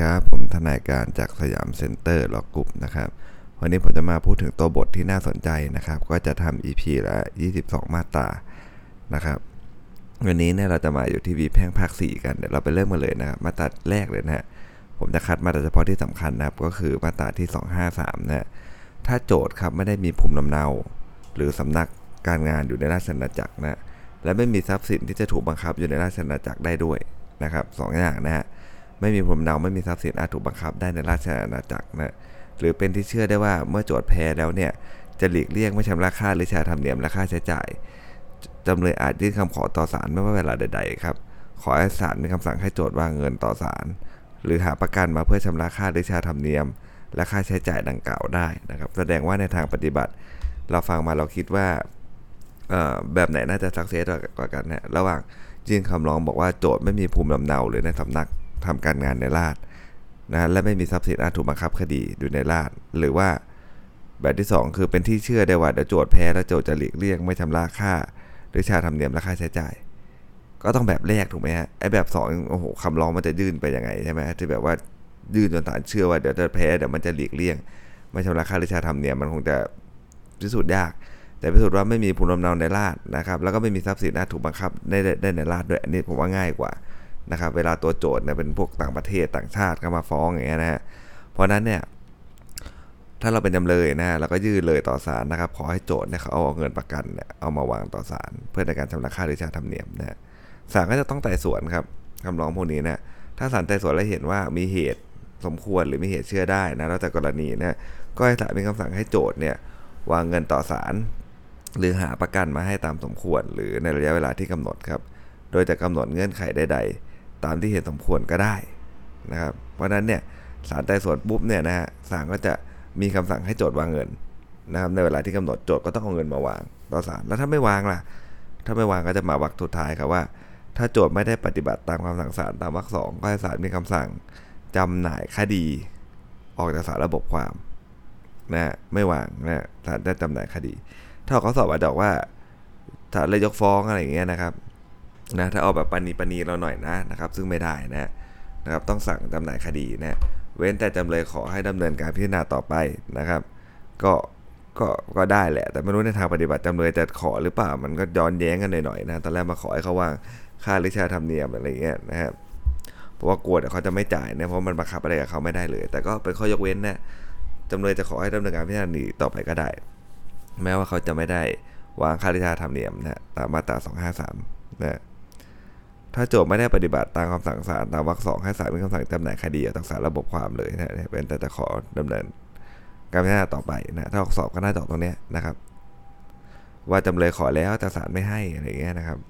ครับผมทนายการจากสยามเซ็นเตอร์ล็อกกรุ๊ปนะครับวันนี้ผมจะมาพูดถึงตัวบทที่น่าสนใจนะครับก็จะทำ EP ละ22มาตรานะครับวันนี้เนี่ยเราจะมาอยู่ที่วิแพ่งภาค4กันเดี๋ยวเราไปเริ่มกันเลยนะครับมาตราแรกเลยนะฮะผมจะคัดมาแต่เฉพาะที่สำคัญนะครับก็คือมาตราที่253นะถ้าโจทย์ครับไม่ได้มีภูมิลำเนาหรือสำนักการงานอยู่ในราชอาณาจักรนะและไม่มีทรัพย์สินที่จะถูกบังคับอยู่ในราชอาณาจักรได้ด้วยนะครับ2 อย่างนะฮะไม่มีภูมิลำเนาไม่มีทรัพย์สินอาจถูกบังคับได้ในราชอาณาจักรนะหรือเป็นที่เชื่อได้ว่าเมื่อโจทย์แพ้แล้วเนี่ยจะหลีกเลี่ยงไม่ชำระค่าหรือชาธรรมเนียมและค่าใช้จ่ายจำเลยอาจยื่นคำขอต่อศาลไม่ว่าเวลาใดๆครับขอให้ศาลมีคำสั่งให้โจทย์วางเงินต่อศาลหรือหาประกันมาเพื่อชำระค่าหรือชาธรรมเนียมและค่าใช้จ่ายดังกล่าวได้นะครับแสดงว่าในทางปฏิบัติเราฟังมาเราคิดว่าแบบไหนน่าจะสักเซสกว่ากันนะระหว่างยื่นคำร้องบอกว่าโจทย์ไม่มีภูมิลำเนาหรือในสำนักทำการงานในราชนะและไม่มีทรัพย์สินอาจถูกบังคับคดีอยู่ในราชหรือว่าแบบที่2คือเป็นที่เชื่อได้ว่าเดี๋ยวโจทย์แพ้แล้วโจทย์จะหลีกเลี่ยงไม่ชำระค่าหรือชาธรรมเนียมและค่าใช้จ่ายก็ต้องแบบแรกถูกไหมฮะไอ้แบบ2โอ้โหคำร้องมันจะยื่นไปยังไงใช่ไหมที่แบบว่ายื่นจนศาลเชื่อว่าเดี๋ยวจะแพ้เดี๋ยวมันจะหลีกเลี่ยงไม่ชำระค่าหรือชาธรรมเนียมมันคงจะพิสูจน์ยากแต่พิสูจน์ว่าไม่มีภูมิลำเนาในราชนะครับแล้วก็ไม่มีทรัพย์สินอาจถูกบังคับได้ในราชด้วยอันนี้ผมว่าง่ายกว่านะครับเวลาตัวโจทย์เนี่ยเป็นพวกต่างประเทศต่างชาติเข้ามาฟ้องอย่างเงี้ยนะฮะเพราะนั้นเนี่ยถ้าเราเป็นจำเลยนะเราก็ยื่นเลยต่อศาลนะครับขอให้โจทย์เนี่ยเขาเอาเงินประกันเนี่ยเอามาวางต่อศาลเพื่อในการชำระค่าหรือชาธรรมเนียมนะศาลก็จะต้องไต่สวนครับคำร้องพวกนี้นะถ้าศาลไต่สวนแล้วเห็นว่ามีเหตุสมควรหรือมีเหตุเชื่อได้นะแล้วแต่กรณีนะก็ให้ศาลมีคำสั่งให้โจทย์เนี่ยวางเงินต่อศาลหรือหาประกันมาให้ตามสมควรหรือในระยะเวลาที่กำหนดครับโดยจะกำหนดเงื่อนไขใดๆตามที่เห็นสมควรก็ได้นะครับเพราะนั้นเนี่ยศาลไต่สวนปุ๊บเนี่ยนะฮะศาลก็จะมีคำสั่งให้โจทย์วางเงินนะครับในเวลาที่กำหนดโจทย์ก็ต้องเอาเงินมาวางต่อศาลแล้วถ้าไม่วางล่ะถ้าไม่วางก็จะมาวรรคสุดท้ายครับว่าถ้าโจทย์ไม่ได้ปฏิบัติตามคำสั่งศาลตามวรรค2ก็ให้ศาลมีคำสั่งจำหน่ายคดีออกจากศาลระบบความนะไม่วางนะศาลจะจำหน่ายคดีถ้าเขาสอบอาจจะบอกว่าศาลเลยยกฟ้องอะไรอย่างเงี้ยนะครับนะถ้าเอาแบบปณีเราหน่อยนะครับซึ่งไม่ได้นะครับต้องสั่งจำหน่ายคดีนะเว้นแต่จำเลยขอให้ดำเนินการพิจารณาต่อไปนะครับก็ได้แหละแต่ไม่รู้ในทางปฏิบัติจำเลยจะขอหรือเปล่ามันก็ย้อนแย้งกันหน่อยนะตอนแรกมาขอให้เขาวางค่าหรือชาธรรมเนียมอะไรเงี้ยนะครับเพราะว่ากลัวเดี๋ยวเขาจะไม่จ่ายเนี่ยเพราะมันบังคับอะไรกับเขาไม่ได้เลยแต่ก็เป็นข้อยกเว้นนะจำเลยจะขอให้ดำเนินการพิจารณาต่อไปก็ได้แม้ว่าเขาจะไม่ได้วางค่าหรือชาธรรมเนียมนะตามมาตรา253นะถ้าโจทย์ไม่ได้ปฏิบัติตามคำสั่งศาลตามวรรค2ให้ศาลมีคำสั่งจำหน่ายคดีออกจากศาลระบบความเลยนะเป็นแต่จะขอดำเนินการพิจารณาต่อไปนะถ้าสอบก็น่าจะออกตรงนี้นะครับว่าจำเลยขอแล้วแต่ศาลไม่ให้อะไรเงี้ยนะครับ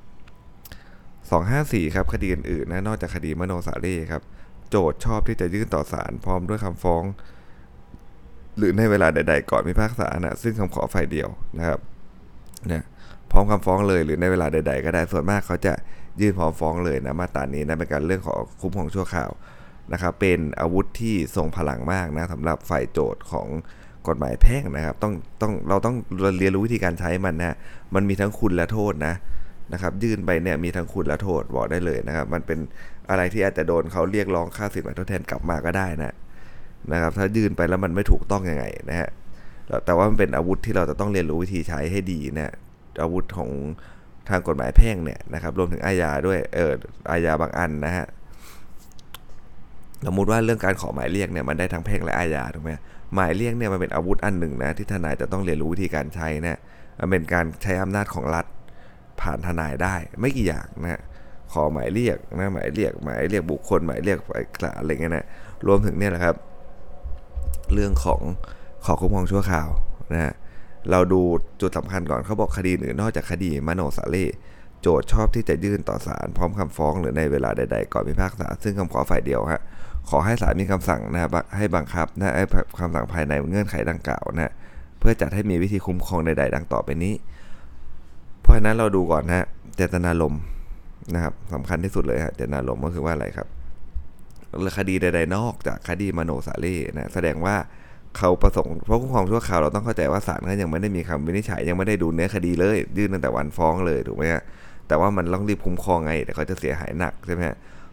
254ครับคดีอื่นๆนะนอกจากคดีมโนสาเร่ครับโจทย์ชอบที่จะยื่นต่อศาลพร้อมด้วยคำฟ้องหรือในเวลาใดๆก่อนพิพากษานะซึ่งคำขอฝ่ายเดียวนะครับนะพร้อมคำฟ้องเลยหรือในเวลาใดๆก็ได้ส่วนมากเขาจะยื่นพร้อมฟ้องเลยนะมาตรานี้นะเป็นการเรื่องของคุ้มครองชั่วคราวนะครับเป็นอาวุธที่ทรงพลังมากนะสำหรับฝ่ายโจทย์ของกฎหมายแพ่งนะครับเราต้องเรียนรู้วิธีการใช้มันนะมันมีทั้งคุณและโทษนะครับยื่นไปเนี่ยมีทั้งคุณและโทษบอกได้เลยนะครับมันเป็นอะไรที่อาจจะโดนเขาเรียกร้องค่าสินไหมทดแทนกลับมาก็ได้นะครับถ้ายื่นไปแล้วมันไม่ถูกต้องยังไงนะฮะแต่ว่ามันเป็นอาวุธที่เราจะต้องเรียนรู้วิธีใช้ให้ดีนะอาวุธของทางกฎหมายแพ่งเนี่ยนะครับรวมถึงอาญาด้วยอาญาบางอันนะฮะสมมติว่าเรื่องการขอหมายเรียกเนี่ยมันได้ทั้งแพ่งและอาญาถูกไหมหมายเรียกเนี่ยมันเป็นอาวุธอันหนึ่งนะที่ทนายจะต้องเรียนรู้วิธีการใช้นะมันเป็นการใช้อำนาจของรัฐผ่านทนายได้ไม่กี่อย่างนะขอหมายเรียกนะหมายเรียกบุคคลหมายเรียกอะไรเงี้ยนะรวมถึงเนี่ยแหละครับเรื่องของขอคุ้มครองชั่วคราวนะเราดูจุดสำคัญก่อนเขาบอกคดีอื่นนอกจากคดีมโนสาเร่โจทย์ชอบที่จะยื่นต่อศาลพร้อมคำฟ้องหรือในเวลาใดๆก่อนพิพากษาซึ่งคำขอฝ่ายเดียวฮะขอให้ศาลมีคำสั่งนะให้บังคับนะให้คำสั่งภายในเงื่อนไขดังกล่าวนะเพื่อจัดให้มีวิธีคุ้มครองใดๆดังต่อไปนี้เพราะฉะนั้นเราดูก่อนนะเจตนารมณ์นะครับสำคัญที่สุดเลยฮะเจตนารมณ์ก็คือว่าอะไรครับคดีใดๆนอกจากคดีมโนสาเร่นะแสดงว่าเขาประสงค์เพราะคุ้มครองชั่วคราวเราต้องเข้าใจว่าศาลก็ยังไม่ได้มีคำวินิจฉัยยังไม่ได้ดูเนื้อคดีเลยยื่นตั้งแต่วันฟ้องเลยถูกไหมฮะแต่ว่ามันต้องรีบคุ้มครองไงแต่เขาจะเสียหายหนักใช่ไหมฮะเพ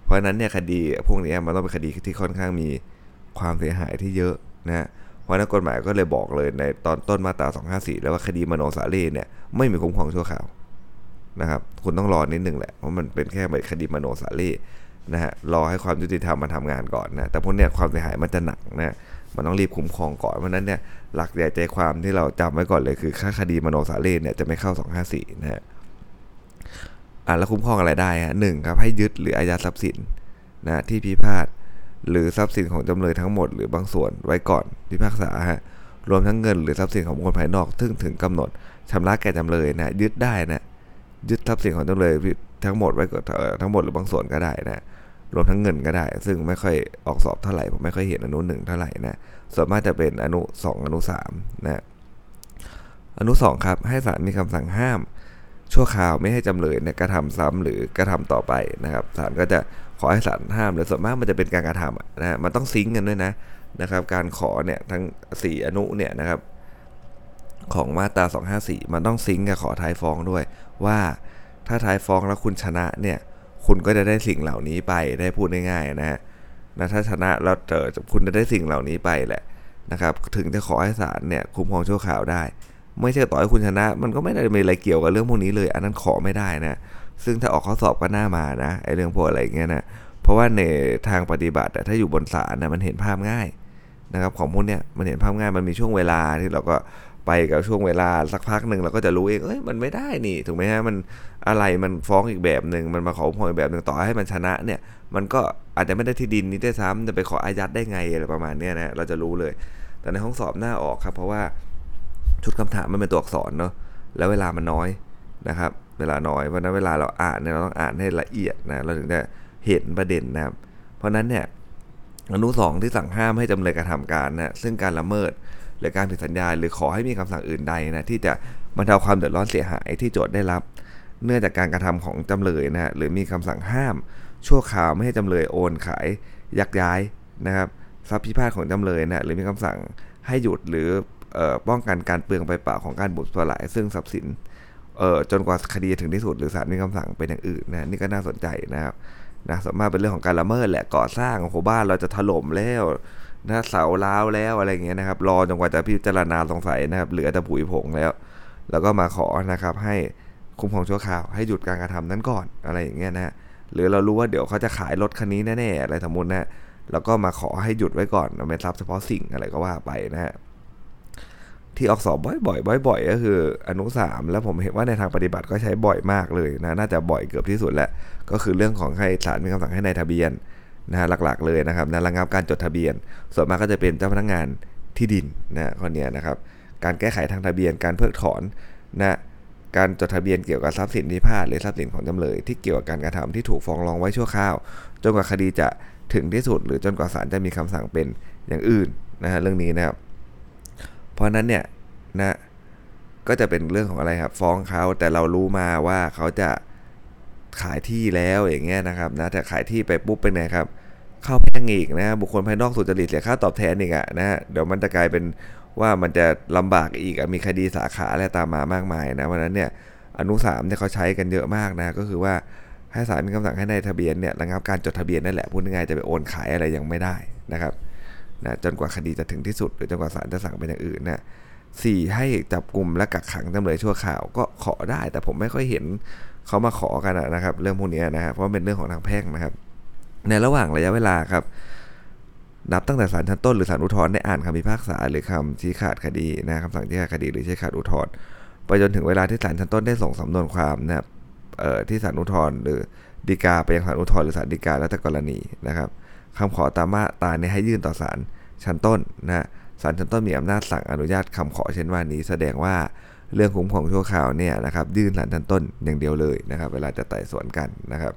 เพราะฉะนั้นเนี่ยคดีพวกนี้มันต้องเป็นคดีที่ค่อนข้างมีความเสียหายที่เยอะนะเพราะนั้นกฎหมายก็เลยบอกเลยในตอนต้นมาตรา254แล้วว่าคดีมโนสาเร่เนี่ยไม่มีคุ้มครองชั่วคราวนะครับคุณต้องรอนิดนึงแหละเพราะมันเป็นแค่คดีมโนสาเร่นะฮะรอให้ความยุติธรรมมาทำงานก่อนนะแต่พวกเนี้ยความเสียหายมันจะหนักนะมันต้องรีบคุ้มครองก่อนเพราะนั้นเนี่ยหลักใหญ่ใจความที่เราจำไว้ก่อนเลยคือค่าคดีมโนสาเร่เนี่ยจะไม่เข้า254นะฮะแล้วคุ้มครองอะไรได้ฮะ1ครับให้ยึดหรืออายัดทรัพย์สินนะที่พิพาทหรือทรัพย์สินของจำเลยทั้งหมดหรือบางส่วนไว้ก่อนพิพากษาฮะรวมทั้งเงินหรือทรัพย์สินของบุคคลภายนอกซึ่งถึงกำหนดชำระแก่จำเลยนะยึดได้นะยึดทรัพย์สินของจำเลยทั้งหมดไว้ก่อนทั้งหมดหรือบางส่วนก็ได้นะรวมทั้งเงินก็ได้ซึ่งไม่ค่อยออกสอบเท่าไหร่ผมไม่ค่อยเห็นอนุ1เท่าไหร่นะส่วนมากจะเป็นอนุ2อนุ3นะอนุ2ครับให้ศาลมีคำสั่งห้ามชั่วคราวไม่ให้จำเลยเนี่ยกระทำซ้ำหรือกระทำต่อไปนะครับศาลก็จะขอให้ศาลห้ามหรือส่วนมากมันจะเป็นการกระทำนะมันต้องซิงก์กันด้วยนะครับการขอเนี่ยทั้ง4อนุเนี่ยนะครับของมาตรา254มันต้องซิงก์กับขอท้ายฟ้องด้วยว่าถ้าท้ายฟ้องแล้วคุณชนะเนี่ยคุณก็จะได้สิ่งเหล่านี้ไปได้พูดง่ายๆนะฮะถ้าชนะแล้วคุณจะได้สิ่งเหล่านี้ไปแหละนะครับถึงจะขอให้ศาลเนี่ยคุ้มครองชั่วคราวได้ไม่ใช่ต่อให้คุณชนะมันก็ไม่ได้มีอะไรเกี่ยวกับเรื่องพวกนี้เลยอันนั้นขอไม่ได้นะซึ่งถ้าออกข้อสอบก็น่ามานะไอ้เรื่องพวกอะไรอย่างเงี้ยนะเพราะว่าในทางปฏิบัติถ้าอยู่บนศาลนะมันเห็นภาพง่ายนะครับของพวกเนี้ยมันเห็นภาพง่ายมันมีช่วงเวลาที่เราก็ไปกับช่วงเวลาสักพักหนึ่งเราก็จะรู้เองมันไม่ได้นี่ถูกไหมฮะมันอะไรมันฟ้องอีกแบบหนึ่งมันมาขอฟ้องอีกแบบหนึ่งต่อให้มันชนะเนี่ยมันก็อาจจะไม่ได้ที่ดินนี้ได้ซ้ำจะไปขออายัดได้ไงอะไรประมาณนี้นะเราจะรู้เลยแต่ในห้องสอบหน้าออกครับเพราะว่าชุดคำถามมันเป็นตัวอักษรเนาะแล้วเวลามันน้อยนะครับเวลาน้อยเพราะนั้นเวลาเราอ่านเนี่ยเราต้องอ่านให้ละเอียดนะเราถึงจะเห็นประเด็นนะครับเพราะนั้นเนี่ยอนุ2ที่สั่งห้ามให้จำเลยกระทำการนะซึ่งการละเมิดหรือการผิดสัญญาหรือขอให้มีคำสั่งอื่นใดนะที่จะบรรเทาความเดือดร้อนเสียหายที่โจทก์ได้รับเนื่องจากการกระทำของจำเลยนะหรือมีคำสั่งห้ามชั่วคราวไม่ให้จำเลยโอนขายยักย้ายนะครับทรัพย์พิพาทของจำเลยนะหรือมีคำสั่งให้หยุดหรือป้องกันการเปลืองไปเปล่าของการบุกสลายซึ่งทรัพย์สินจนกว่าคดีถึงที่สุดหรือศาลมีคำสั่งเป็นอย่างอื่นนะนี่ก็น่าสนใจนะครับนะส่วนมากเป็นเรื่องของการละเมิดแหละก่อสร้างโอ้โหบ้านเราจะถล่มแล้วนะเสาล้าวแล้วอะไรเงี้ยนะครับรอจนกว่าจะพิจารณาสงสัยนะครับเหลือแต่ผุยผงแล้วก็มาขอนะครับให้คุ้มครองชั่วคราวให้หยุดการกระทำนั้นก่อนอะไรอย่างเงี้ยนะหรือเรารู้ว่าเดี๋ยวเขาจะขายรถคันนี้แน่ๆอะไรสมมุตินะแล้วก็มาขอให้หยุดไว้ก่อนไม่ทรัพย์เฉพาะสิ่งอะไรก็ว่าไปนะฮะที่ออกสอบบ่อยก็คืออนุ3แล้วผมเห็นว่าในทางปฏิบัติก็ใช้บ่อยมากเลยนะน่าจะบ่อยเกือบที่สุดแหละก็คือเรื่องของให้ศาลมีคำสั่งให้นายทะเบียนนะหลักๆเลยนะครับนะระงับการจดทะเบียนส่วนมากก็จะเป็นเจ้าพนักงานที่ดินนะข้อนี้นะครับการแก้ไขทางทะเบียนการเพิกถอนนะการจดทะเบียนเกี่ยวกับทรัพย์สินพิพาทหรือทรัพย์สินของจำเลยที่เกี่ยวกับการกระทำที่ถูกฟ้องร้องไว้ชั่วคราวจนกว่าคดีจะถึงที่สุดหรือจนกว่าศาลจะมีคำสั่งเป็นอย่างอื่นนะฮะเรื่องนี้นะครับเพราะนั้นเนี่ยนะก็จะเป็นเรื่องของอะไรครับฟ้องเขาแต่เรารู้มาว่าเขาจะขายที่แล้วอย่างเงี้ยนะครับนะแต่ขายที่ไปปุ๊บเป็นไงครับเข้าแพ่งอีกนะบุคคลภายนอกสุจริตเสียค่าตอบแทนอีกอะนะเดี๋ยวมันจะกลายเป็นว่ามันจะลำบากอีกมีคดีสาขาอะไรตามมามากมายนะเพราะนั้นเนี่ยอนุ3เนี่ยเขาใช้กันเยอะมากนะก็คือว่าให้ศาลมีคำสั่งให้นายทะเบียนเนี่ยระงับการจดทะเบียนนั่นแหละพูดง่ายๆจะไปโอนขายอะไรยังไม่ได้นะครับนะจนกว่าคดีจะถึงที่สุดหรือจนกว่าศาลจะสั่งเป็นอย่างอื่นนะ4ให้จับกุมและกักขังจำเลยชั่วคราวก็ขอได้แต่ผมไม่ค่อยเห็นเขามาขอกันนะครับเรื่องพวกนี้นะครับเพราะเป็นเรื่องของทางแพ่งนะครับในระหว่างระยะเวลาครับนับตั้งแต่ศาลชั้นต้นหรือศาลอุทธรณ์ได้อ่านคำพิพากษาหรือคำชี้ขาดคดีนะคำสั่งชี้ขาดคดีหรือชี้ขาดอุทธรณ์ไปจนถึงเวลาที่ศาลชั้นต้นได้ส่งสำนวนความนะครับที่ศาลอุทธรณ์หรือฎีกาไปยังศาลอุทธรณ์หรือศาลฎีกาแล้วแต่กรณีนะครับคำขอตามมาตรานี้ให้ยื่นต่อศาลชั้นต้นนะศาลชั้นต้นมีอำนาจสั่งอนุญาตคำขอเช่นว่านี้แสดงว่าเรื่องคุ้มครองชั่วคราวเนี่ยนะครับยื่นศาลชั้นต้นอย่างเดียวเลยนะครับเวลาจะไต่สวนกันนะครับ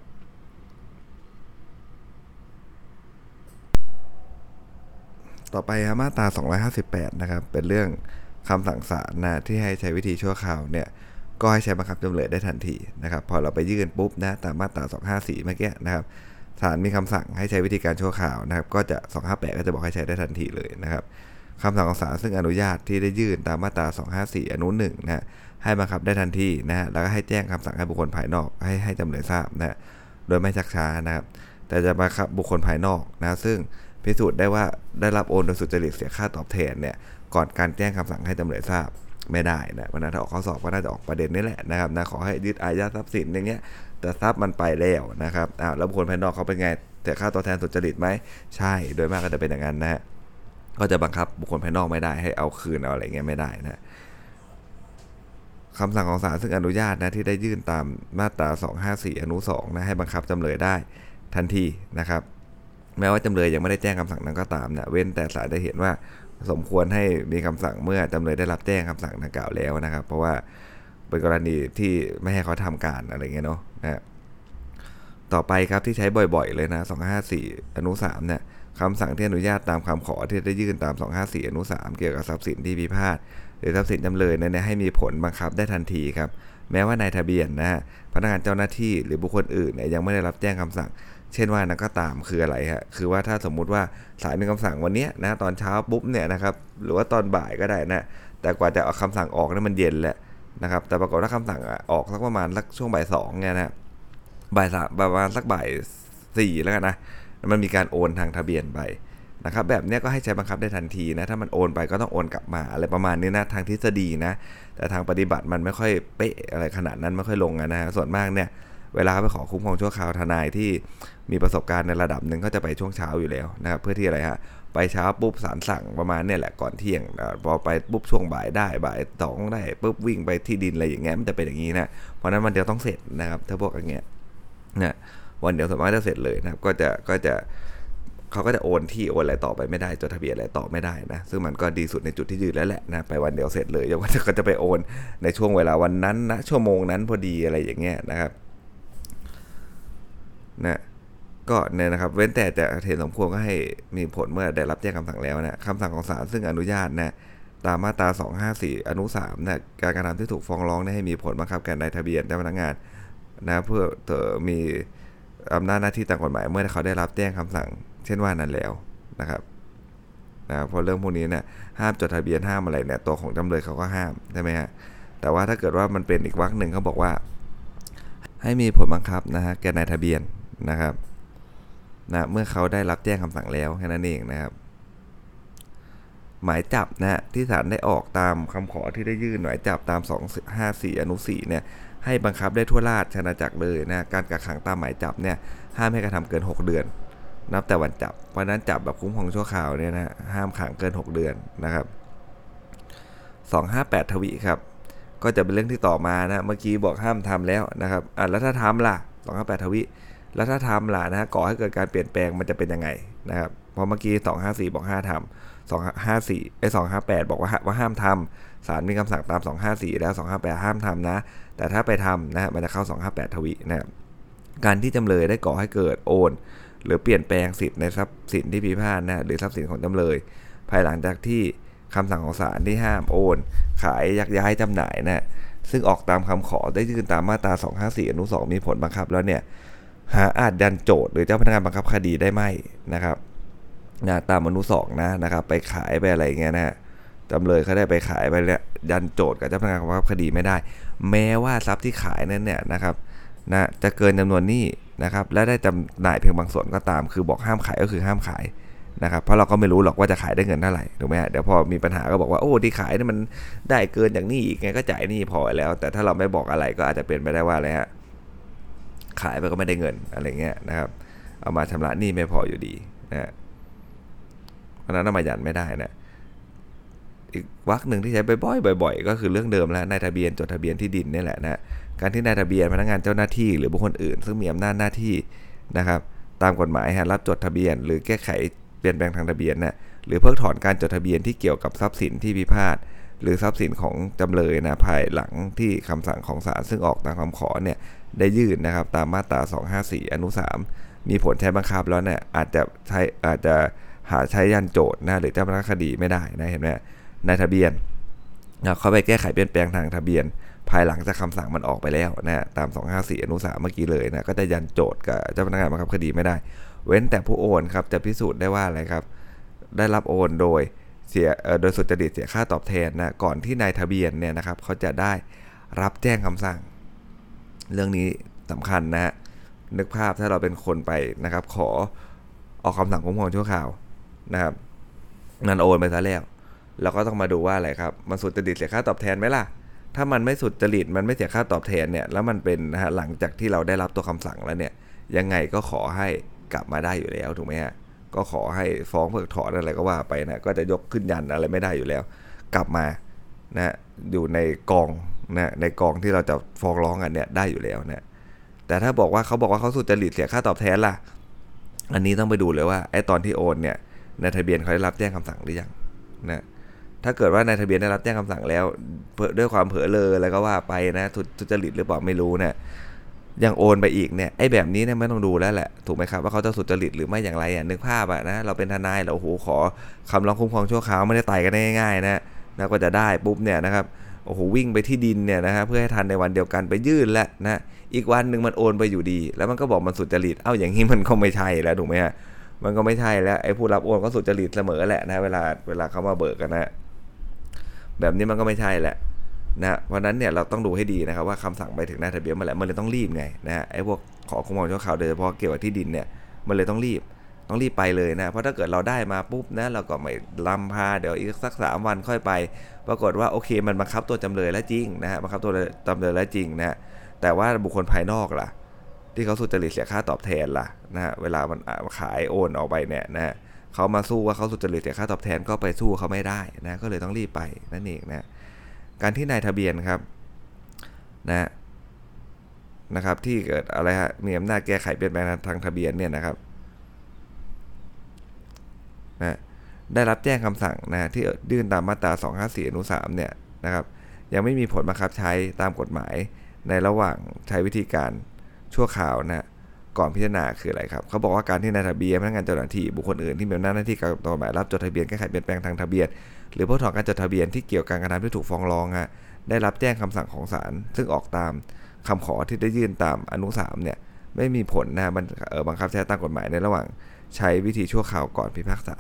ต่อไปมาตรา258นะครับเป็นเรื่องคำสั่งศาลนะที่ให้ใช้วิธีชั่วคราวเนี่ยก็ให้ใช้บังคับจำเลยได้ทันทีนะครับพอเราไปยื่นปุ๊บนะตามมาตรา254เมื่อกี้นะครับศาลมีคำสั่งให้ใช้วิธีการชั่วคราวนะครับก็จะ258ก็จะบอกให้ใช้ได้ทันทีเลยนะครับคำสั่งของศาลซึ่งอนุญาตที่ได้ยื่นตามมาตรา254อนุ1นะให้บังคับได้ทันทีนะแล้วก็ให้แจ้งคำสั่งให้บุคคลภายนอกให้จำเลยทราบนะโดยไม่ชักช้านะครับแต่จะบังคับบุคคลภายนอกนะซึ่งพิสูจน์ได้ว่าได้รับโอนโดยสุจริตเสียค่าตอบแทนเนี่ยก่อนการแจ้งคำสั่งให้จำเลยทราบไม่ได้นะเพราะนั้นถ้าออกข้อสอบก็น่าจะออกประเด็นนี้แหละนะครับนะขอให้ยึดอายัดทรัพย์สินอย่างเงี้ยแต่ทรัพย์มันไปแล้วนะครับแล้วบุคคลภายนอกเขาเป็นไงแต่ค่าตอบแทนสุจริตไหมใช่โดยมากก็จะเป็นอย่างนั้นนะก็จะบังคับบุคคลภายนอกไม่ได้ให้เอาคืนเอาอะไรเงี้ยไม่ได้นะคำสั่งของศาลซึ่งอนุญาตนะที่ได้ยื่นตามมาตรา254อนุ2นะให้บังคับจำเลยได้ทันทีนะครับแม้ว่าจำเลยยังไม่ได้แจ้งคำสั่งนั้นก็ตามนะเว้นแต่ศาลได้เห็นว่าสมควรให้มีคำสั่งเมื่อจำเลยได้รับแจ้งคำสั่งดังกล่าวแล้วนะครับเพราะว่าเป็นกรณีที่ไม่ให้เขาทำการอะไรเงี้ยเนาะนะต่อไปครับที่ใช้บ่อยๆเลยนะ254อนุ3เนี่ยคำสั่งที่อนุญาตตามคำขอที่ได้ยื่นตาม254อนุ3เกี่ยวกับทรัพย์สินที่พิพาทหรือทรัพย์สินจำเลยนั้นให้มีผลบังคับได้ทันทีครับแม้ว่านายทะเบียนนะพนักงานเจ้าหน้าที่หรือบุคคลอื่นเนี่ยยังไม่ได้รับแจ้งคำสั่งเช่นว่านั้นก็ตามคืออะไรฮะคือว่าถ้าสมมุติว่าศาลมีคำสั่งวันนี้นะตอนเช้าปุ๊บเนี่ยนะครับหรือว่าตอนบ่ายก็ได้นะแต่กว่าจะเอาคำสั่งออกนั้นมันเย็นแหละนะครับแต่ปรากฏว่าคำสั่งออกสักประมาณช่วงบ่าย2เนี่ยนะบ่าย3ประมาณสักบ่าย4แล้วกันนะมันมีการโอนทางทะเบียนไปนะครับแบบนี้ก็ให้ใช้บังคับได้ทันทีนะถ้ามันโอนไปก็ต้องโอนกลับมาอะไรประมาณนี้นะทางทฤษฎีนะแต่ทางปฏิบัติมันไม่ค่อยเป๊ะอะไรขนาดนั้นไม่ค่อยลงนะฮะส่วนมากเนี่ยเวลาไปขอคุ้มครองชั่วคราวทนายที่มีประสบการณ์ในระดับหนึ่งก็จะไปช่วงเช้าอยู่แล้วนะครับเพื่อที่อะไรฮะไปเช้าปุ๊บศาลสั่งประมาณเนี่ยแหละก่อนเที่ยงพอไปปุ๊บช่วงบ่ายได้บ่าย2ได้ปุ๊บวิ่งไปที่ดินอะไรอย่างเงี้ยมันจะเป็นอย่างนี้นะเพราะนั้นมันเดียวต้องเสร็จนะครับถ้าพวกอย่างเงี้ยนะวันเดียวสามารถจะเสร็จเลยนะครับก็จะเขาก็จะโอนที่โอนอะไรต่อไปไม่ได้จดทะเบียนอะไรต่อไม่ได้นะซึ่งมันก็ดีสุดในจุดที่ยืนแล้วแหละนะไปวันเดียวเสร็จเลยยกเว้นก็จะไปโอนในช่วงเวลาวันนั้นนะชั่วโมงนั้นพอดีอะไรอย่างเงี้ยนะครับนะก็เนี่ยนะครับเว้นแต่จะเห็นสมควรก็ให้มีผลเมื่อได้รับแจ้งคำสั่งแล้วนะคำสั่งของศาลซึ่งอนุญาตนะตามมาตรา254อนุ3นะการกระทำที่ถูกฟ้องร้องให้มีผลบังคับแก่นายทะเบียนเจ้าพนักงานนะเพื่อมีอำนาจหน้าที่ตามกฎหมายเมื่อเขาได้รับแจ้งคำสั่งเช่นว่านั้นแล้วนะครับเพราะเรื่องพวกนี้เนี่ยห้ามจดทะเบียนห้ามอะไรเนี่ยตัวของจำเลยเขาก็ห้ามใช่ไหมฮะแต่ว่าถ้าเกิดว่ามันเป็นอีกวรรคหนึ่งเขาบอกว่าให้มีผลบังคับนะฮะแก่นายทะเบียนนะครับนะเมื่อเขาได้รับแจ้งคำสั่งแล้วแค่นั้นเองนะครับหมายจับนะที่ศาลได้ออกตามคำขอที่ได้ยื่นหมายจับตาม254อนุ4เนี่ยให้บังคับได้ทั่วราชอาณาจักรเลยนะการกักขังตามหมายจับเนี่ยห้ามให้กระทำเกิน6เดือนนับแต่วันจับเพราะนั้นจับแบบคุ้มครองชั่วคราวเนี่ยนะห้ามขังเกิน6เดือนนะครับ258ทวีครับก็จะเป็นเรื่องที่ต่อมานะเมื่อกี้บอกห้ามทำแล้วนะครับแล้วถ้าทำล่ะ258ทวีแล้วถ้าทำล่ะนะก่อให้เกิดการเปลี่ยนแปลงมันจะเป็นยังไงนะครับเพราะเมื่อกี้254บอกห้ามทำ254 258บอกว่าห้ามทำศาลมีคำสั่งตาม254แล้ว258ห้ามทำนะแต่ถ้าไปทำนะมันจะเข้า258ทวีนะครับการที่จำเลยได้ก่อให้เกิดโอนหรือเปลี่ยนแปลงสิทธิ์ในทรัพย์สินที่พิพาทนะหรือทรัพย์สินของจำเลยภายหลังจากที่คำสั่งของศาลที่ห้ามโอนขายยักย้ายจำหน่ายนะซึ่งออกตามคำขอได้ยื่นตามมาตรา254อนุ2มีผลบังคับแล้วเนี่ยหาอาจยันโจทย์หรือเจ้าพนักงานบังคับคดีได้ไหมนะครับตามอนุ2นะครับไปขายไปอะไรเงี้ยนะจำเลยเขาได้ไปขายไปแล้วยันโจทย์กับเจ้าพนักงานบังคับคดีไม่ได้แม้ว่าทรัพย์ที่ขายนั้นเนี่ยนะครับนะจะเกินจำนวนหนี้นะครับและได้จำหน่ายเพียงบางส่วนก็ตามคือบอกห้ามขายก็คือห้ามขายนะครับเพราะเราก็ไม่รู้หรอกว่าจะขายได้เงินเท่าไหร่ถูกไหมฮะเดี๋ยวพอมีปัญหาก็บอกว่าโอ้ที่ขายนี่มันได้เกินอย่างนี้อีกไงก็จ่ายหนี้พอแล้วแต่ถ้าเราไม่บอกอะไรก็อาจจะเป็นไปได้ว่าอะไรฮะขายไปก็ไม่ได้เงินอะไรเงี้ยนะครับเอามาชำระหนี้ไม่พออยู่ดีนะเพราะนั้นเอามายันไม่ได้นะอีกวรรคหนึ่งที่ใช้บ่อยๆก็คือเรื่องเดิมแล้วนายทะเบียนจดทะเบียนที่ดินนี่แหละนะการที่นายทะเบียนพนักงานเจ้าหน้าที่หรือบุคคลอื่นซึ่งมีอำนาจหน้าที่นะครับตามกฎหมายรับจดทะเบียนหรือแก้ไขเปลี่ยนแปลงทางทะเบียนนะหรือเพิกถอนการจดทะเบียนที่เกี่ยวกับทรัพย์สินที่พิพาทหรือทรัพย์สินของจำเลยนะภายหลังที่คำสั่งของศาลซึ่งออกตามคำขอเนี่ยได้ยื่นนะครับตามมาตรา254อนุ3มีผลใช้บังคับแล้วเนี่ยอาจจะหาใช้ยันโจทย์นะหรือเจ้าพนักงานคดีไม่ได้นะเห็นไหมนายทะเบียนเขาไปแก้ไขเปลี่ยนแปลงทางทะเบียนภายหลังจากคำสั่งมันออกไปแล้วนะตาม254อนุ3เมื่อกี้เลยนะก็จะยันโจทย์กับเจ้าพนักงานบังคับคดีไม่ได้เว้นแต่ผู้โอนครับจะพิสูจน์ได้ว่าอะไรครับได้รับโอนโดยสุจริตเสียค่าตอบแทนนะก่อนที่นายทะเบียนเนี่ยนะครับเขาจะได้รับแจ้งคำสั่งเรื่องนี้สำคัญนะนึกภาพถ้าเราเป็นคนไปนะครับขอออกคำสั่งคุ้มครองชั่วคราวนะครับมันโอนไปซะแล้วเราก็ต้องมาดูว่าอะไรครับมันสุจริตเสียค่าตอบแทนไหมล่ะถ้ามันไม่สุจริตมันไม่เสียค่าตอบแทนเนี่ยแล้วมันเป็นนะฮะหลังจากที่เราได้รับตัวคำสั่งแล้วเนี่ยยังไงก็ขอให้กลับมาได้อยู่แล้วถูกไหมฮะก็ขอให้ฟ้องเพิกถอนอะไรก็ว่าไปนะก็จะยกขึ้นยันอะไรไม่ได้อยู่แล้วกลับมานะอยู่ในกองนะในกองที่เราจะฟ้องร้องกันเนี่ยได้อยู่แล้วนะแต่ถ้าบอกว่าเขาสุจริตเสียค่าตอบแทนล่ะอันนี้ต้องไปดูเลยว่าไอ้ตอนที่โอนเนี่ยในทะเบียนเขาได้รับแจ้งคำสั่งหรือยังนะถ้าเกิดว่าในทะเบียนได้รับแจ้งคำสั่งแล้วด้วยความเผลอเลออะไรก็ว่าไปนะทุจริตหรือเปล่าไม่รู้นะยังโอนไปอีกเนี่ยไอ้แบบนี้เนี่ยไม่ต้องดูแล้วแหละถูกไหมครับว่าเขาจะสุจริตหรือไม่อย่างไรนึกภาพนะเราเป็นทนายเราโอ้โหขอคำร้องคุ้มครองชั่วคราวไม่ได้ไต่กันง่ายๆนะก็จะได้ปุ๊บเนี่ยนะครับโอ้โหวิ่งไปที่ดินเนี่ยนะครับเพื่อให้ทันในวันเดียวกันไปยื่นแล้วนะอีกวันนึงมันโอนไปอยู่ดีแล้วมันก็บอกมันสุจริตอย่างนี้มันก็ไม่ใช่แล้วถูกไหมฮะมันก็ไม่ใช่แล้วไอ้ผู้รับโอนก็สุจริตเสมอแหละนะเวลาเขามาเบิกกันนะแบบนี้มันก็ไม่ใช่แหละนะเพราะนั้นเนี่ยเราต้องดูให้ดีนะครับว่าคำสั่งไปถึงหน้าทะเบียนเมื่อไหร่มันเลยต้องรีบไงนะไอ้พวกขอคุ้มครองชั่วคราวโดยเฉพาะเกี่ยวกับที่ดินเนี่ยมันเลยต้องรีบไปเลยนะเพราะถ้าเกิดเราได้มาปุ๊บนะเราก็ไม่ลำพาเดี๋ยวอีกสัก3 วันค่อยไปปรากฏว่าโอเคมันบังคับตัวจำเลยแล้วจริงนะฮะบังคับตัวจำเลยแล้วจริงนะแต่ว่าบุคคลภายนอกล่ะที่เขาสุจริตเสียค่าตอบแทนล่ะนะฮะเวลามันขายโอนออกไปเนี่ยนะเขามาสู้ว่าเขาสุจริตเสียค่าตอบแทนก็ไปสู้เขาไม่ได้นะก็เลยต้องรีบไปนั่นเองนะการที่นายทะเบียนครับนะครับที่เกิดอะไรฮะมีอำนาจแก้ไขเปลี่ยนแปลงทางทะเบียนเนี่ยนะครับนะได้รับแจ้งคำสั่งนะที่ยื่นตามมาตรา254 อนุ 3เนี่ยนะครับยังไม่มีผลบังคับใช้ตามกฎหมายในระหว่างใช้วิธีการชั่วคราวนะก่อนพิจารณาคืออะไรครับเขาบอกว่าการที่นายทะเบียนพนักงานเจ้าหน้าที่บุคคลอื่นที่มีอำนาจหน้าที่กฎหมายรับจดทะเบียนแก้ไขเปลี่ยนแปลงทางทะเบียนหรือเพิกถอนการจดทะเบียนที่เกี่ยวกับการกระทำที่ถูกฟ้องร้องได้รับแจ้งคำสั่งของศาลซึ่งออกตามคำขอที่ได้ยื่นตามอนุ 3เนี่ยไม่มีผลบังคับใช้ตามกฎหมายในระหว่างใช้วิธีชั่วคราวก่อนพิพากษา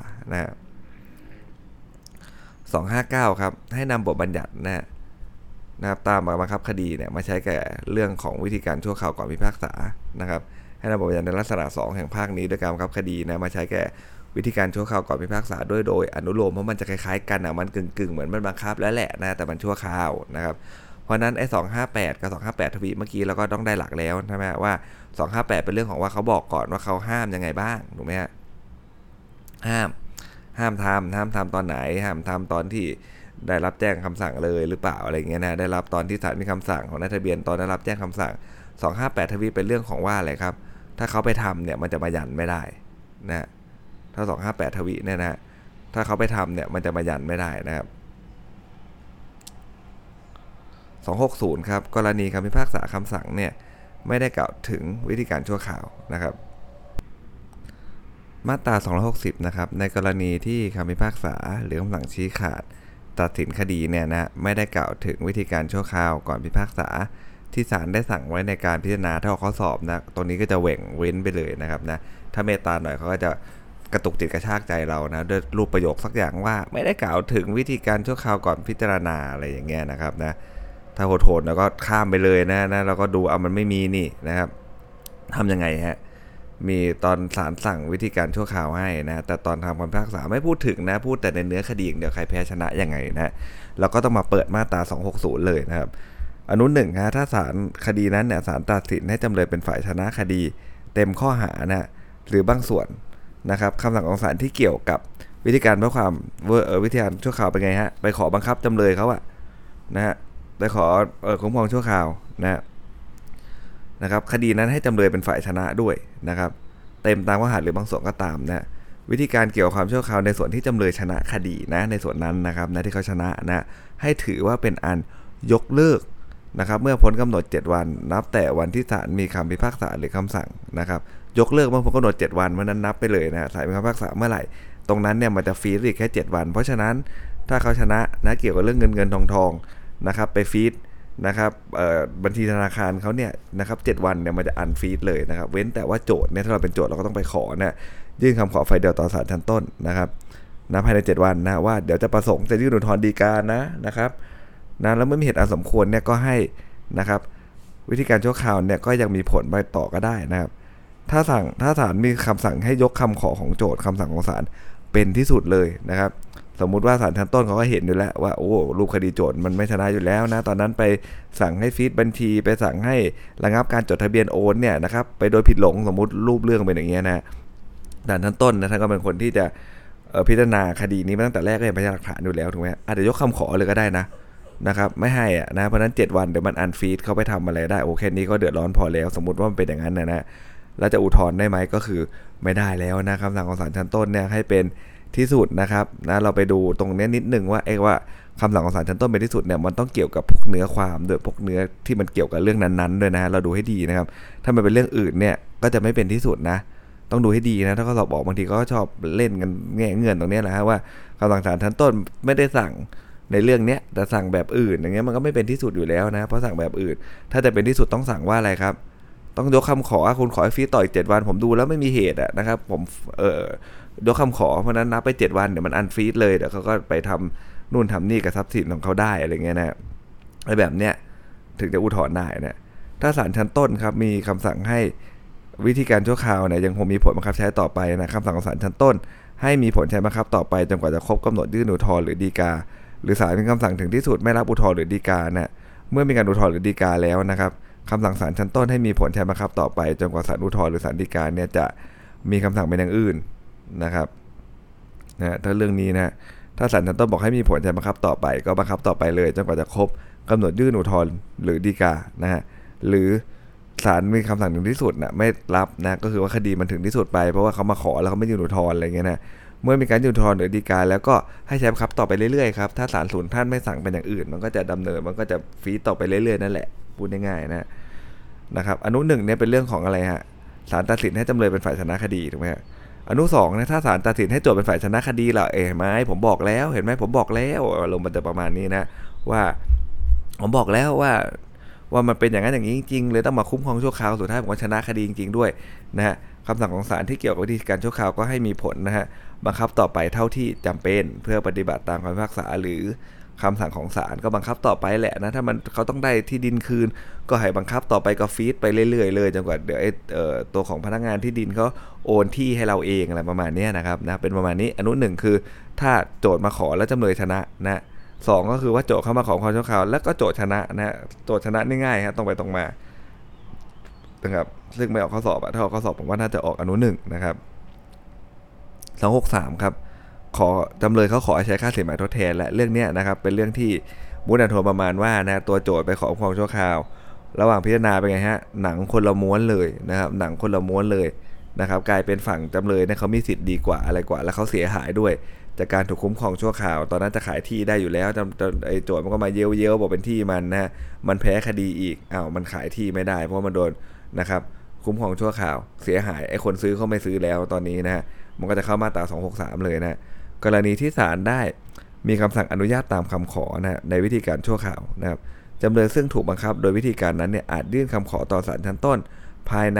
259ครับให้นำบทบัญญัตินะครับตามบังคับคดีเนี่ยมาใช้แก่เรื่องของวิธีการชั่วคราวก่อนพิพากษานะครับให้นำบทบัญญัติในลักษณะ2แห่งภาคนี้โดยการบังคับคดีนะมาใช้แก่วิธีการชั่วคราวก่อนพิพากษาโดยอนุโลมเพราะมันจะคล้ายๆกันมันกึ่งเหมือนมันบังคับแล้วแหละนะแต่มันชั่วคราวนะครับเพราะนั้นไอ้258กับ258ทวีเมื่อกี้เราก็ต้องได้หลักแล้วใช่ไหมว่า258เป็นเรื่องของว่าเขาบอกก่อนว่าเขาห้ามยังไงบ้างถูกไหมฮะห้ามทำตอนไหนห้ามทำตอนที่ได้รับแจ้งคำสั่งเลยหรือเปล่าอะไรเงี้ยนะได้รับตอนที่ศาลมีคำสั่งของนายทะเบียนตอนได้รับแจ้งคำสั่ง258ทวีเป็นเรื่องของว่าอะไรครับถ้าเขาไปทำเนี่ยมันจะมายันไม่ได้นะถ้า258ทวีเนี่ยนะถ้าเขาไปทำเนี่ยมันจะมายันไม่ได้นะครับ260ครับกรณีคำพิพากษาคำสั่งเนี่ยไม่ได้กล่าวถึงวิธีการชั่วคราวนะครับมาตรา260นะครับในกรณีที่คำพิพากษาหรือคำสั่งชี้ขาดตัดสินคดีเนี่ยนะไม่ได้กล่าวถึงวิธีการชั่วคราวก่อนพิพากษาที่ศาลได้สั่งไว้ในการพิจารณาถ้าข้อสอบนะตรงนี้ก็จะเว้นไปเลยนะครับนะถ้าเมตตาหน่อยเขาก็จะกระตุกจิตกระชากใจเรานะด้วยรูปประโยคสักอย่างว่าไม่ได้กล่าวถึงวิธีการชั่วคราวก่อนพิจารณาอะไรอย่างเงี้ยนะครับนะถ้าโหดๆแล้วก็ข้ามไปเลยนะเราก็ดูมันไม่มีนี่นะครับทำยังไงฮะมีตอนศาลสั่งวิธีการชั่วคราวให้นะแต่ตอนทำคำพิพากษาไม่พูดถึงนะพูดแต่ในเนื้อคดีอย่างเดียวใครแพ้ชนะยังไงนะเราก็ต้องมาเปิดมาตรา260เลยนะครับอนุ1ถ้าศาลคดีนั้นเนี่ยศาลตัดสินให้จำเลยเป็นฝ่ายชนะคดีเต็มข้อหานะหรือบางส่วนนะครับคำสั่งของศาลที่เกี่ยวกับวิธีการเพื่อความวิธีการชั่วคราวเป็นไงฮะไปขอบังคับจำเลยเขานะฮะไปขอคุ้มครองชั่วคราวนะครับคดีนั้นให้จำเลยเป็นฝ่ายชนะด้วยนะครับเต็มตามข้อหาหรือบางส่วนก็ตามนะวิธีการเกี่ยวกับความชั่วคราวในส่วนที่จำเลยชนะคดีนะในส่วนนั้นนะครับนะที่เขาชนะนะให้ถือว่าเป็นอันยกเลิกนะครับเมื่อพ้นกำหนด7วันนับแต่วันที่ศาลมีคำพิพากษาหรือคำสั่งนะครับยกเลิกเมื่อพ้นกำหนด7วันเมื่อนั้นนับไปเลยนะศาลมีคำพิพากษาเมื่อไหร่ตรงนั้นเนี่ยมันจะฟรีดอีกแค่7วันเพราะฉะนั้นถ้าเขาชนะนะเกี่ยวกับเรื่องเงินทองนะครับไปฟรีดนะครับบัญชีธนาคารเขาเนี่ยนะครับ7วันเนี่ยมันจะอันฟรีดเลยนะครับเว้นแต่ว่าโจทย์เนี่ยถ้าเราเป็นโจทย์เราก็ต้องไปขอนะยื่นคำขอไฟเดียวต่อศาลชั้นต้นนะครับภายใน7วันนะว่าเดี๋ยวจะประสงค์จะยื่นอุทธรณ์ฎีกานะครับแล้วเมื่อมีเหตุอันสมควรเนี่ยก็ให้นะครับวิธีการชั่วคราวเนี่ยก็ยังมีผลไปต่อก็ได้นะครับถ้าศาลมีคำสั่งให้ยกคำขอของโจทก์คำสั่งของศาลเป็นที่สุดเลยนะครับสมมุติว่าศาลชั้นต้นเขาก็เห็นอยู่แล้วว่าโอ้รูปคดีโจทก์มันไม่ชนะอยู่แล้วนะตอนนั้นไปสั่งให้ฟีดบัญชีไปสั่งให้ระงับการจดทะเบียนโอนเนี่ยนะครับไปโดยผิดหลงสมมุติรูปเรื่องเป็นอย่างเงี้ยนะศาลชั้นต้นนะท่านก็เป็นคนที่จะพิจารณาคดีนี้มาตั้งแต่แรกก็เห็นพยานหลักฐานอยู่แล้วถูกไหมอาจจะยกคำขอเลยก็ได้นะครับไม่ให้อ่ะนะเพราะนั้น7วันเดี๋ยวมันอันฟีดเขาไปทำอะไรได้โอเคนี้ก็เดือดร้อนพอแล้วสมมุติว่ามันเป็นอย่างนั้นนะแล้วจะอุทธรณ์ได้ไหมก็คือไม่ได้แล้วนะคำสั่งของศาลชั้นต้นเนี่ยให้เป็นที่สุดนะครับนะเราไปดูตรงนี้นิดนึงว่าคำสั่งของศาลชั้นต้นเป็นที่สุดเนี่ยมันต้องเกี่ยวกับพวกเนื้อความโดยพวกเนื้อที่มันเกี่ยวกับเรื่องนั้นๆด้วยนะเราดูให้ดีนะครับถ้ามันเป็นเรื่องอื่นเนี่ยก็จะไม่เป็นที่สุดนะต้องดูให้ดีนะถ้าเขาสอบบอกบางทีก็ชอบเล่นกันแง่เงื่อนตรงนี้แหละฮะว่าคำสั่งศาลชั้นต้นไม่ได้สั่งในเรื่องเนี้ยแต่สั่งแบบอื่นอย่างเงี้ยมันก็ไม่เป็นที่สุดอยู่แล้วนะเพราะสั่งแบบอื่นถ้าจะเป็นที่สุดต้องสั่งว่าอะไรครับต้องยกคำขอคุณขอให้ฟีดต่ออีก7วันผมดูแล้วไม่มีเหตุนะครับผมยกคำขอเพราะนั้นนับไป7วันเดี๋ยวมันอันฟีดเลยเดี๋ยวเขาก็ไปทำนู่นทำนี่กับทรัพย์สินของเขาได้อะไรเงี้ยนะไอ้แบบเนี้ยถึงจะอุทธรณ์ได้นะถ้าศาลชั้นต้นครับมีคำสั่งให้วิธีการชั่วคราวเนี่ยยังคงมีผลบังคับใช้ต่อไปนะคำสั่งของศาลชั้นต้นให้มีผลใช้บังคับต่อไปจนกว่าจะครบกำหนดยื่นอุทธรณ์หรือฎีกาหรือศาลมีคำสั่งถึงที่สุดไม่รับอุทธรณ์หรือฎีกานะเมื่อมีการอุทธรณ์หรือฎีกาแล้วนะครับคำสั่งศาลชั้นต้นให้มีผลใช้บังคับต่อไปจนกว่าศาลอุทธรณ์หรือศาลฎีกาเนี่ยจะมีคำสั่งเป็นอย่างอื่นนะครับนะถ้าเรื่องนี้นะถ้าศาลชั้นต้นบอกให้มีผลใช้บังคับต่อไปก็บังคับต่อไปเลยจนกว่าจะครบกำหนดยื่นอุทธรณ์หรือฎีกานะฮะหรือศาลมีคำสั่งถึงที่สุดนะไม่รับนะก็คือว่าคดีมันถึงที่สุดไปเพราะว่าเขามาขอแล้วเขาไม่ยื่นอุทธรณ์อะไรเงี้ยนะเมื่อมีการยื่นอุทธรณ์หรือฎีกาแล้วก็ให้ใช้บังคับต่อไปเรื่อยๆครับถ้าศาลสูงท่านไม่สั่งเป็นอย่างอื่นมันก็จะดำเนินมันก็จะฟีดต่อไปเรื่อยๆนั่นแหละพูดง่ายๆนะครับอนุ1เนี่ยเป็นเรื่องของอะไรฮะศาลตัดสินให้จำเลยเป็นฝ่ายชนะคดีถูกไหมฮะอนุ2นะถ้าศาลตัดสินให้โจทก์เป็นฝ่ายชนะคดีล่ะเห็นไหมผมบอกแล้วเห็นไหมผมบอกแล้วลงมันจะประมาณนี้นะว่าผมบอกแล้วว่ามันเป็นอย่างนั้นอย่างนี้จริงๆเลยต้องมาคุ้มครองชั่วคราวสุดท้ายผมก็ชนะคดีจริงๆด้วยนะฮะคำสั่งของศาลที่เกี่ยวกับวิธีการชั่วคราวก็ให้มีผลนะฮะบังคับต่อไปเท่าที่จำเป็นเพื่อปฏิบัติตามคำพิพากษาหรือคำสั่งของศาลก็บังคับต่อไปแหละนะถ้ามันเขาต้องได้ที่ดินคืนก็ให้บังคับต่อไปก็ฟีดไปเรื่อยๆเลยจนกว่าเดี๋ยวตัวของพนักงานที่ดินเขาโอนที่ให้เราเองอะไรประมาณนี้นะครับนะเป็นประมาณนี้อนุ1คือถ้าโจทก์มาขอแล้วจำเลยชนะนะ2ก็คือว่าโจทก์เข้ามาขอความชั่วคราวแล้วก็โจทก์ชนะนะโจทก์ชนะนี่ง่ายฮะตรงไปตรงมานะครับซึ่งไม่ออกข้อสอบถ้าออกข้อสอบผมว่าน่าจะออกอนุ1นะครับ263ครับขอจำเลยเขาขอใช้ค่าสินไหมทดแทนและเรื่องนี้นะครับเป็นเรื่องที่มูลนิธิประมาณว่านะตัวโจทก์ไปขอความชั่วคราวระหว่างพิจารณาเป็นไงฮะหนังคนละม้วนเลยนะครับหนังคนละม้วนเลยนะครับกลายเป็นฝั่งจำเลยเนี่ยเขามีสิทธิ์ดีกว่าอะไรกว่าแล้วเขาเสียหายด้วยจากการถูกคุ้มครองชั่วคราวตอนนั้นจะขายที่ได้อยู่แล้วไอ้โจทก์มันก็มาเย้ยบอกเป็นที่มันนะมันแพ้คดีอีกมันขายที่ไม่ได้เพราะมันโดนนะครับคุ้มครองชั่วคราวเสียหายไอ้คนซื้อเขาไม่ซื้อแล้วตอนนี้นะฮะมันก็จะเข้ามาตรา263เลยนะกรณีที่ศาลได้มีคำสั่งอนุญาตตามคำขอนะในวิธีการชั่วคราวนะครับจำเลยซึ่งถูกบังคับโดยวิธีการนั้นเนี่ยอาจยื่นคำขอต่อศาลชั้นต้นภายใน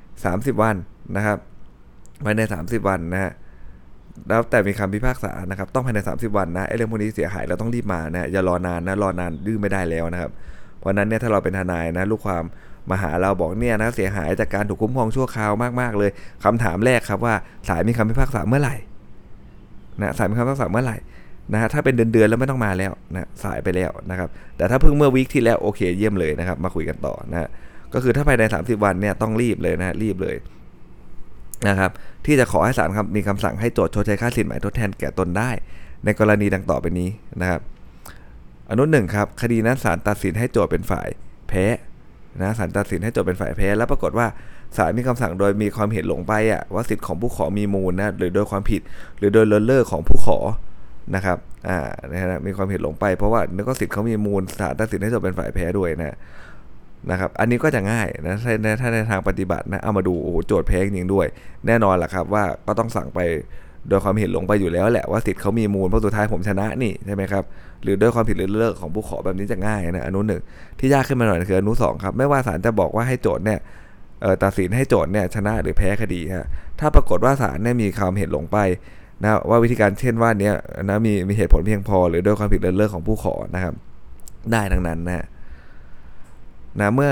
30วันนะครับภายใน30วันนะฮะแล้วแต่มีคำพิพากษานะครับต้องภายใน30วันนะไอ้เรื่องพวกนี้เสียหายเราต้องรีบมานะอย่ารอนานนะรอนานดื้อไม่ได้แล้วนะครับเพราะนั้นเนี่ยถ้าเราเป็นทนายนะลูกความมาหาเราบอกเนี่ยนะเสียหายจากการถูกคุ้มครองชั่วคราวมากๆเลยคำถามแรกครับว่าศาลมีคำพิพากษาเมื่อไหร่นะศาลมีคำพิพากษาเมื่อไหร่นะฮะถ้าเป็นเดือนๆแล้วไม่ต้องมาแล้วนะสายไปแล้วนะครับแต่ถ้าเพิ่งเมื่อวีคที่แล้วโอเคเยี่ยมเลยนะครับมาคุยกันต่อนะก็คือถ้าภายใน30วันเนี่ยต้องรีบเลยนะรีบเลยนะครับที่จะขอให้ศาลครับมีคำสั่งให้โจทก์ชดใช้ค่าสินไหมทดแทนแก่ตนได้ในกรณีดังต่อไปนี้นะครับอนุ1ครับคดีนั้นศาลตัดสินให้โจทก์เป็นฝ่ายแพ้นะศาลตัดสินให้โจทก์เป็นฝ่ายแพ้แล้วปรากฏว่าศาลมีคำสั่งโดยมีความเห็นหลงไปว่าสิทธิของผู้ขอมีมูลนะหรือโดยความผิดหรือโดยเลินเล่อของผู้ขอนะครับนะมีความเห็นหลงไปเพราะว่าเนื้อก็สิทธิ์เขามีมูลศาลตัดสินให้โจทก์เป็นฝ่ายแพ้ด้วยนะครับอันนี้ก็จะง่ายนะถ้าในทางปฏิบัตินะเอามาดูโอ้โหโจทก์แพ้จริงด้วยแน่นอนแหละครับว่าก็ต้องสั่งไปโดยความเห็นหลงไปอยู่แล้วแหละว่าสิทธิ์เขามีมูลเพราะสุดท้ายผมชนะนี่ใช่ไหมครับหรือด้วยความผิดหรือเลิกของผู้ขอแบบนี้จะง่ายนะอนุ1ที่ยากขึ้นมาหน่อยคืออนุ2ครับไม่ว่าศาลจะบอกว่าให้โจทก์เนี่ยตัดสินให้โจทก์เนี่ยชนะหรือแพ้คดีฮะถ้าปรากฏว่าศาลเนี่ยมีความเห็นหลงไปนะว่าวิธีการเช่นว่านี้นะมีเหตุผลเพียงพอหรือด้วยความผิดเลิกของผู้ขอนะครับได้ทั้งนั้นนะเมื่อ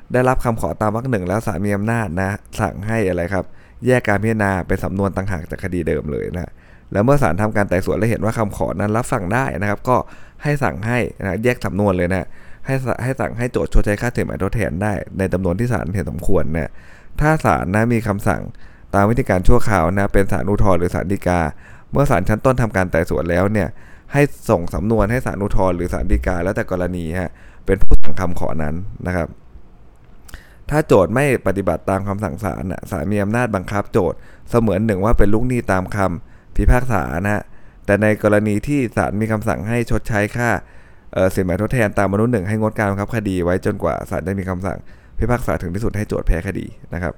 ได้รับคำขอตามวรรคหนึ่งแล้วศาลมีอำนาจนะสั่งให้อะไรครับแยกการพิจารณาเป็นสำนวนต่างหากจากคดีเดิมเลยนะแล้วเมื่อศาลทำการไต่สวนและเห็นว่าคำขอนั้นรับฟังได้นะครับก็ให้สั่งให้นะแยกสำนวนเลยนะให้สั่งให้โจทก์ชดใช้ค่าสินไหมทดแทนได้ในจำนวนที่ศาลเห็นสมควรนะถ้าศาลนะมีคำสั่งตามวิธีการชั่วคราวนะเป็นศาลอุทธรณ์หรือศาลฎีกาเมื่อศาลชั้นต้นทำการไต่สวนแล้วเนี่ยให้ส่งสำนวนให้ศาลอุทธรณ์หรือศาลฎีกาแล้วแต่กรณีฮะเป็นผู้สั่งคำขอนั้นนะครับถ้าโจทก์ไม่ปฏิบัติตามคำสั่งศาลศาลมีอำนาจบังคับโจทก์เสมือนหนึ่งว่าเป็นลูกหนี้ตามคำพิพากษานะแต่ในกรณีที่ศาลมีคำสั่งให้ชดใช้ค่าสินไหมทดแทนตามมนุษย์หนึ่งให้งดการบังคับคดีไว้จนกว่าศาลจะมีคำสั่งพิพากษาถึงที่สุดให้โจทก์แพ้คดีนะครับ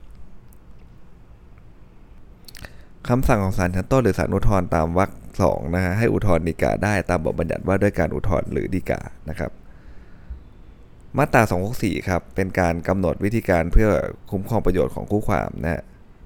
คำสั่งของศาลชั้นต้นหรือศาลอุทธรณ์ตามวรรค2นะฮะให้อุทธรณ์ฎีกาได้ตามบทบัญญัติว่าด้วยการอุทธรณ์หรือฎีกานะครับมาตรา264ครับเป็นการกำหนดวิธีการเพื่อคุ้มครองประโยชน์ของคู่ความนะ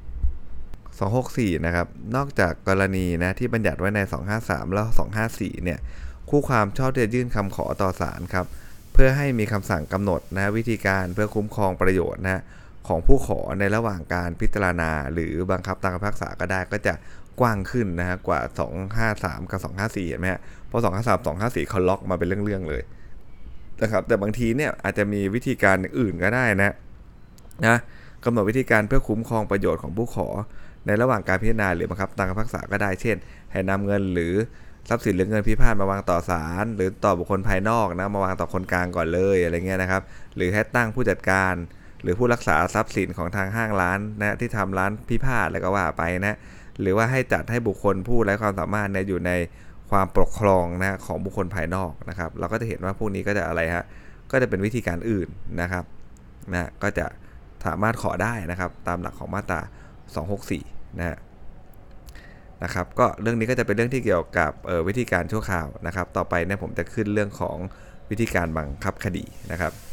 264นะครับนอกจากกรณีนะที่บัญญัติไว้ใน253แล้ว254เนี่ยคู่ความชอบที่จะยื่นคำขอต่อศาลครับเพื่อให้มีคำสั่งกำหนดนะวิธีการเพื่อคุ้มครองประโยชน์นะของผู้ขอในระหว่างการพิจารณาหรือบังคับตามคำพิพากษาก็ได้ก็จะกว้างขึ้นนะฮะกว่า253กับ254เห็นไหมฮะเพราะ253 254เขาล็อกมาเป็นเรื่องๆเลยนะครับแต่บางทีเนี่ยอาจจะมีวิธีการอื่นก็ได้นะกำหนดวิธีการเพื่อคุ้มครองประโยชน์ของผู้ขอในระหว่างการพิจารณาหรือบังคับตามคำพิพากษาก็ได้เช่นให้นำเงินหรือทรัพย์สินหรือเงินพิพาทมาวางต่อศาลหรือต่อบุคคลภายนอกนะมาวางต่อคนกลางก่อนเลยอะไรเงี้ยนะครับหรือให้ตั้งผู้จัดการหรือผู้รักษาทรัพย์สินของทางห้างร้านนะที่ทำร้านพิพาทแล้วก็ว่าไปนะหรือว่าให้จัดให้บุคคลผู้ไร้ความสามารถเนี่ยอยู่ในความปกครองนะของบุคคลภายนอกนะครับเราก็จะเห็นว่าพวกนี้ก็จะอะไรฮะก็จะเป็นวิธีการอื่นนะครับนะก็จะสามารถขอได้นะครับตามหลักของมาตรา264นะครับก็เรื่องนี้ก็จะเป็นเรื่องที่เกี่ยวกับวิธีการชั่วคราวนะครับต่อไปเนี่ยผมจะขึ้นเรื่องของวิธีการบังคับคดีนะครับ